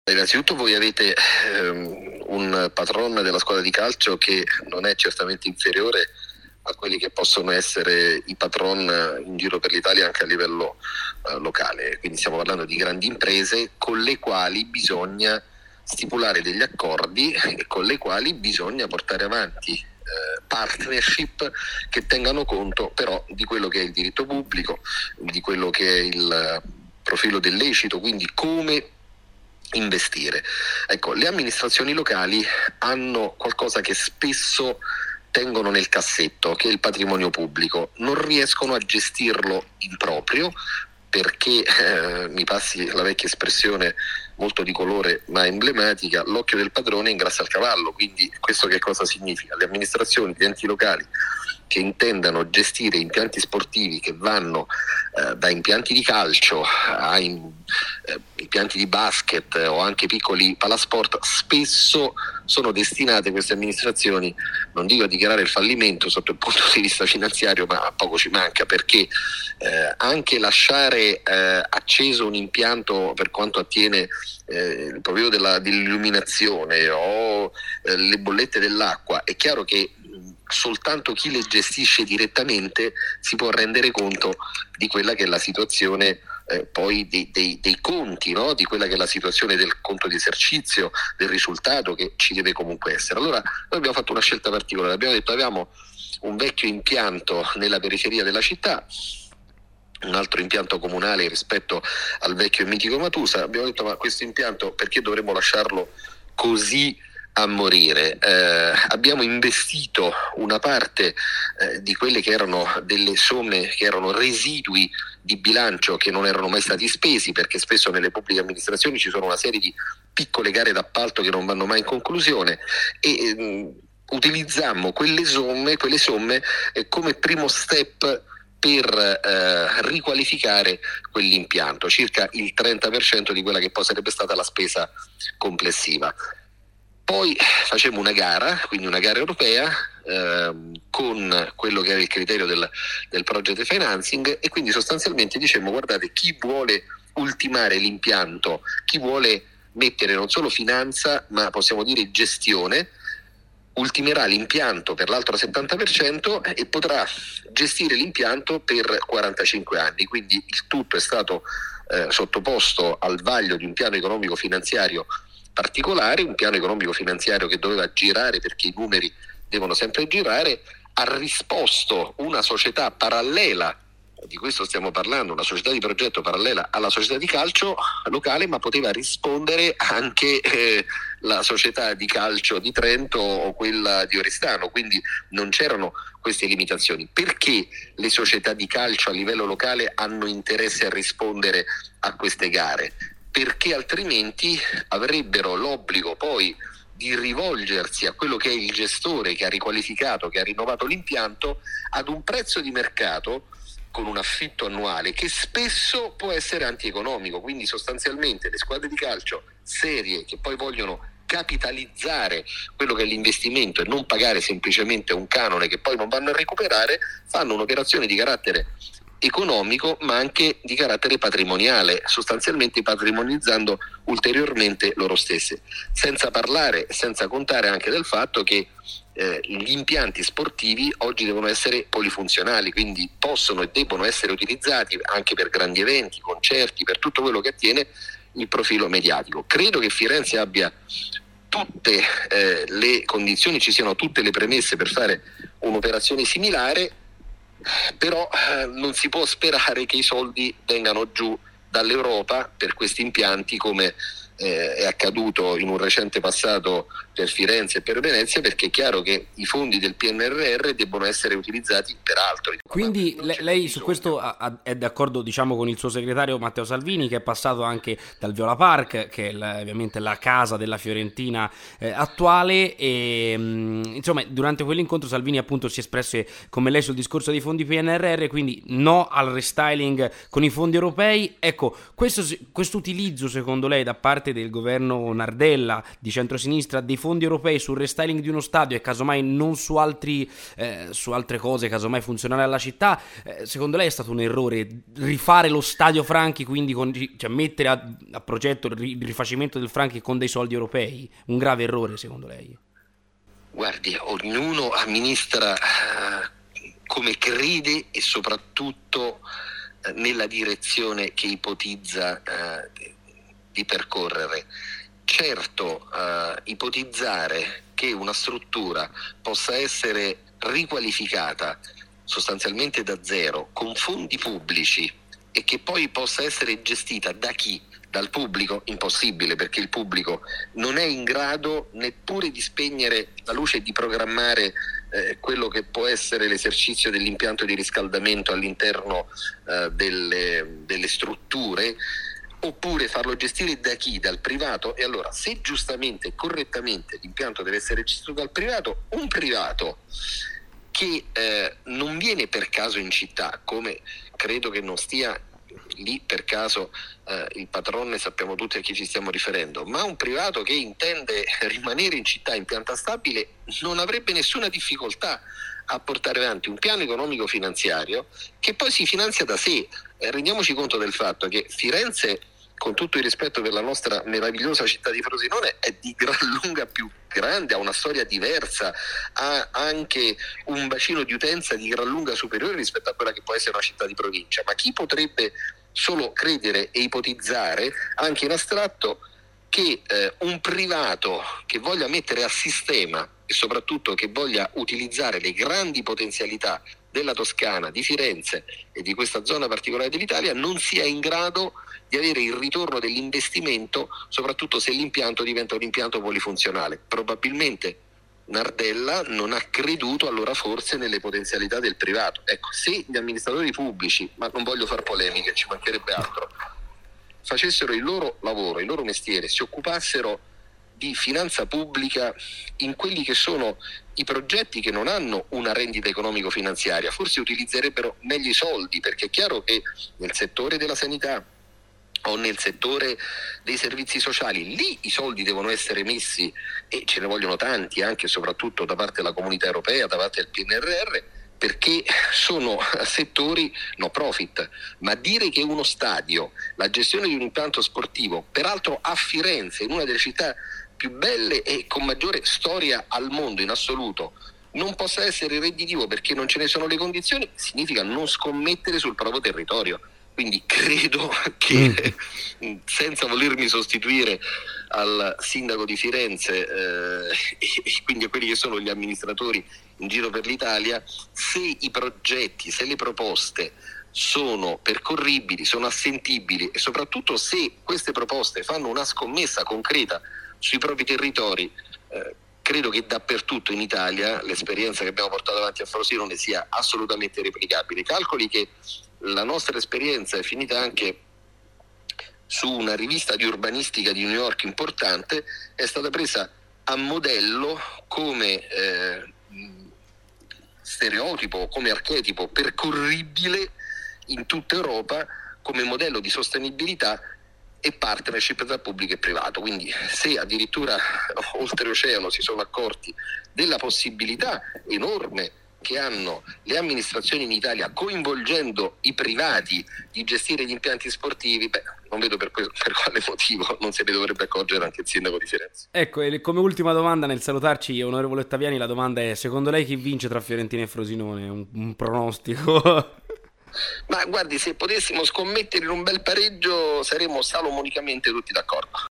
Innanzitutto voi avete un patron della squadra di calcio che non è certamente inferiore a quelli che possono essere i patron in giro per l'Italia anche a livello locale, quindi stiamo parlando di grandi imprese con le quali bisogna stipulare degli accordi e con le quali bisogna portare avanti partnership che tengano conto però di quello che è il diritto pubblico, di quello che è il profilo del lecito, quindi come investire. Ecco, le amministrazioni locali hanno qualcosa che spesso tengono nel cassetto, che è il patrimonio pubblico, non riescono a gestirlo in proprio perché, mi passi la vecchia espressione molto di colore ma emblematica, l'occhio del padrone ingrassa il cavallo. Quindi questo che cosa significa? Le amministrazioni, gli enti locali che intendano gestire impianti sportivi che vanno da impianti di calcio a impianti di basket o anche piccoli palasport, spesso sono destinate queste amministrazioni, non dico a dichiarare il fallimento sotto il punto di vista finanziario, ma a poco ci manca, perché anche lasciare acceso un impianto per quanto attiene il profilo dell'illuminazione o le bollette dell'acqua, è chiaro che soltanto chi le gestisce direttamente si può rendere conto di quella che è la situazione poi dei conti, no? Di quella che è la situazione del conto di esercizio, del risultato che ci deve comunque essere. Allora noi abbiamo fatto una scelta particolare, abbiamo detto abbiamo un vecchio impianto nella periferia della città, un altro impianto comunale rispetto al vecchio e mitico Matusa, abbiamo detto ma questo impianto perché dovremmo lasciarlo così a morire? Abbiamo investito una parte di quelle che erano delle somme che erano residui di bilancio che non erano mai stati spesi, perché spesso nelle pubbliche amministrazioni ci sono una serie di piccole gare d'appalto che non vanno mai in conclusione e utilizzammo quelle somme come primo step per riqualificare quell'impianto, circa il 30% di quella che poi sarebbe stata la spesa complessiva. Poi facemmo una gara, quindi una gara europea, con quello che era il criterio del project financing, e quindi sostanzialmente dicemmo guardate, chi vuole ultimare l'impianto, chi vuole mettere non solo finanza ma possiamo dire gestione, ultimerà l'impianto per l'altro 70% e potrà gestire l'impianto per 45 anni. Quindi il tutto è stato sottoposto al vaglio di un piano economico finanziario particolare, un piano economico finanziario che doveva girare perché i numeri devono sempre girare. Ha risposto una società parallela, di questo stiamo parlando, una società di progetto parallela alla società di calcio locale, ma poteva rispondere anche la società di calcio di Trento o quella di Oristano, quindi non c'erano queste limitazioni. Perché le società di calcio a livello locale hanno interesse a rispondere a queste gare? Perché altrimenti avrebbero l'obbligo poi di rivolgersi a quello che è il gestore che ha riqualificato, che ha rinnovato l'impianto ad un prezzo di mercato con un affitto annuale che spesso può essere antieconomico. Quindi sostanzialmente le squadre di calcio serie che poi vogliono capitalizzare quello che è l'investimento e non pagare semplicemente un canone che poi non vanno a recuperare, fanno un'operazione di carattere economico ma anche di carattere patrimoniale, sostanzialmente patrimonializzando ulteriormente loro stesse, senza parlare e senza contare anche del fatto che gli impianti sportivi oggi devono essere polifunzionali, quindi possono e debbono essere utilizzati anche per grandi eventi, concerti, per tutto quello che attiene il profilo mediatico. Credo che Firenze abbia tutte le condizioni, ci siano tutte le premesse per fare un'operazione similare, però non si può sperare che i soldi vengano giù dall'Europa per questi impianti come è accaduto in un recente passato per Firenze e per Venezia, perché è chiaro che i fondi del PNRR debbono essere utilizzati per altro. Quindi lei su questo è d'accordo, diciamo, con il suo segretario Matteo Salvini, che è passato anche dal Viola Park, che è ovviamente la casa della Fiorentina attuale, e insomma durante quell'incontro Salvini appunto si espresse come lei sul discorso dei fondi PNRR, quindi no al restyling con i fondi europei. Ecco, questo utilizzo secondo lei da parte parte del governo Nardella di centrosinistra dei fondi europei sul restyling di uno stadio e casomai non su altre cose, casomai funzionali alla città, secondo lei è stato un errore rifare lo stadio Franchi, quindi mettere a progetto il rifacimento del Franchi con dei soldi europei? Un grave errore secondo lei? Guardi, ognuno amministra come crede e soprattutto nella direzione che ipotizza di percorrere. Certo, ipotizzare che una struttura possa essere riqualificata sostanzialmente da zero con fondi pubblici e che poi possa essere gestita da chi? Dal pubblico? Impossibile, perché il pubblico non è in grado neppure di spegnere la luce e di programmare quello che può essere l'esercizio dell'impianto di riscaldamento all'interno delle strutture, oppure farlo gestire da chi? Dal privato. E allora, se giustamente e correttamente l'impianto deve essere gestito dal privato, un privato che non viene per caso in città, come credo che non stia lì per caso il padrone, sappiamo tutti a chi ci stiamo riferendo, ma un privato che intende rimanere in città in pianta stabile, non avrebbe nessuna difficoltà a portare avanti un piano economico finanziario che poi si finanzia da sé. Rendiamoci conto del fatto che Firenze, con tutto il rispetto per la nostra meravigliosa città di Frosinone, è di gran lunga più grande, ha una storia diversa, ha anche un bacino di utenza di gran lunga superiore rispetto a quella che può essere una città di provincia. Ma chi potrebbe solo credere e ipotizzare, anche in astratto, che un privato che voglia mettere a sistema e soprattutto che voglia utilizzare le grandi potenzialità della Toscana, di Firenze e di questa zona particolare dell'Italia non sia in grado di avere il ritorno dell'investimento, soprattutto se l'impianto diventa un impianto polifunzionale? Probabilmente Nardella non ha creduto allora forse nelle potenzialità del privato. Ecco, se gli amministratori pubblici, ma non voglio far polemiche, ci mancherebbe altro, facessero il loro lavoro, il loro mestiere, si occupassero di finanza pubblica in quelli che sono i progetti che non hanno una rendita economico-finanziaria, forse utilizzerebbero meglio i soldi, perché è chiaro che nel settore della sanità o nel settore dei servizi sociali, lì i soldi devono essere messi e ce ne vogliono tanti, anche e soprattutto da parte della Comunità Europea, da parte del PNRR, perché sono settori no profit. Ma dire che uno stadio, la gestione di un impianto sportivo, peraltro a Firenze, in una delle città più belle e con maggiore storia al mondo in assoluto, non possa essere redditivo perché non ce ne sono le condizioni, significa non scommettere sul proprio territorio. Quindi credo che, senza volermi sostituire al sindaco di Firenze e quindi a quelli che sono gli amministratori in giro per l'Italia, se i progetti, se le proposte sono percorribili, sono assentibili e soprattutto se queste proposte fanno una scommessa concreta sui propri territori, credo che dappertutto in Italia l'esperienza che abbiamo portato avanti a Frosinone sia assolutamente replicabile. Calcoli che la nostra esperienza è finita anche su una rivista di urbanistica di New York importante, è stata presa a modello come stereotipo, come archetipo percorribile in tutta Europa, come modello di sostenibilità e partnership tra pubblico e privato. Quindi se addirittura oltreoceano si sono accorti della possibilità enorme che hanno le amministrazioni in Italia coinvolgendo i privati di gestire gli impianti sportivi, non vedo per quale motivo non se ne dovrebbe accorgere anche il sindaco di Firenze. Ecco, e come ultima domanda nel salutarci, onorevole Ottaviani, la domanda è: secondo lei chi vince tra Fiorentina e Frosinone? Un pronostico? Ma guardi, se potessimo scommettere in un bel pareggio saremmo salomonicamente tutti d'accordo.